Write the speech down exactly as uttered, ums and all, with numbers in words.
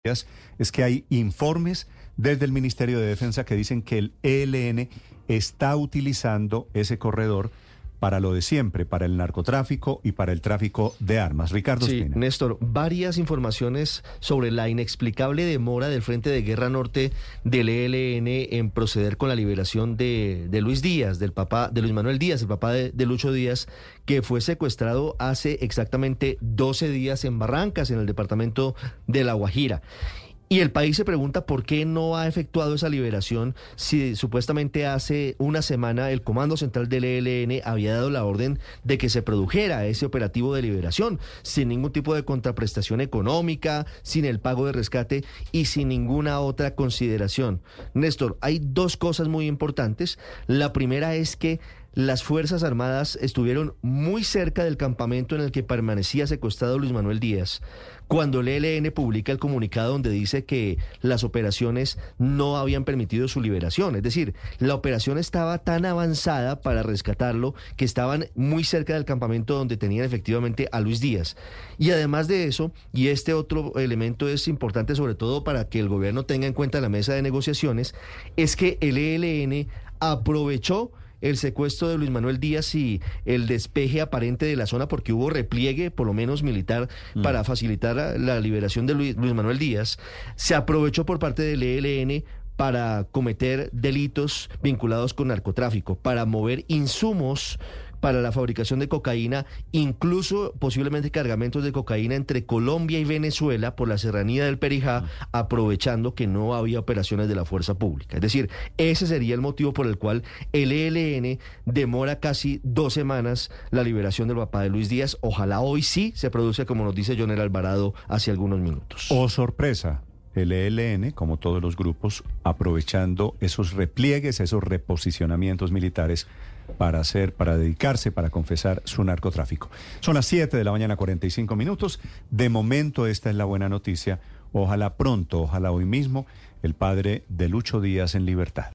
es que hay informes desde el Ministerio de Defensa que dicen que el E L N está utilizando ese corredor para lo de siempre, para el narcotráfico y para el tráfico de armas. Ricardo Sí, Espina. Néstor, varias informaciones sobre la inexplicable demora del Frente de Guerra Norte del E L N en proceder con la liberación de, de Luis Díaz, del papá de Luis Manuel Díaz, el papá de, de Lucho Díaz, que fue secuestrado hace exactamente doce días en Barrancas, en el departamento de La Guajira. Y el país se pregunta por qué no ha efectuado esa liberación si supuestamente hace una semana el Comando Central del E L N había dado la orden de que se produjera ese operativo de liberación, sin ningún tipo de contraprestación económica, sin el pago de rescate y sin ninguna otra consideración. Néstor, hay dos cosas muy importantes. La primera es que las Fuerzas Armadas estuvieron muy cerca del campamento en el que permanecía secuestrado Luis Manuel Díaz, cuando el E L N publica el comunicado donde dice que las operaciones no habían permitido su liberación. Es decir, la operación estaba tan avanzada para rescatarlo que estaban muy cerca del campamento donde tenían efectivamente a Luis Díaz. Y además de eso, y este otro elemento es importante sobre todo para que el gobierno tenga en cuenta la mesa de negociaciones, es que el E L N aprovechó el secuestro de Luis Manuel Díaz y el despeje aparente de la zona, porque hubo repliegue, por lo menos militar, mm. para facilitar la liberación de Luis, Luis Manuel Díaz. Se aprovechó por parte del E L N para cometer delitos vinculados con narcotráfico, para mover insumos para la fabricación de cocaína, incluso posiblemente cargamentos de cocaína entre Colombia y Venezuela por la serranía del Perijá, aprovechando que no había operaciones de la fuerza pública. Es decir, ese sería el motivo por el cual el E L N demora casi dos semanas la liberación del papá de Luis Díaz. Ojalá hoy sí se produzca, como nos dice Jonel Alvarado hace algunos minutos. Oh, sorpresa. El E L N, como todos los grupos, aprovechando esos repliegues, esos reposicionamientos militares para hacer, para dedicarse, para confesar su narcotráfico. Son las siete de la mañana, cuarenta y cinco minutos. De momento, esta es la buena noticia. Ojalá pronto, ojalá hoy mismo, el padre de Lucho Díaz en libertad.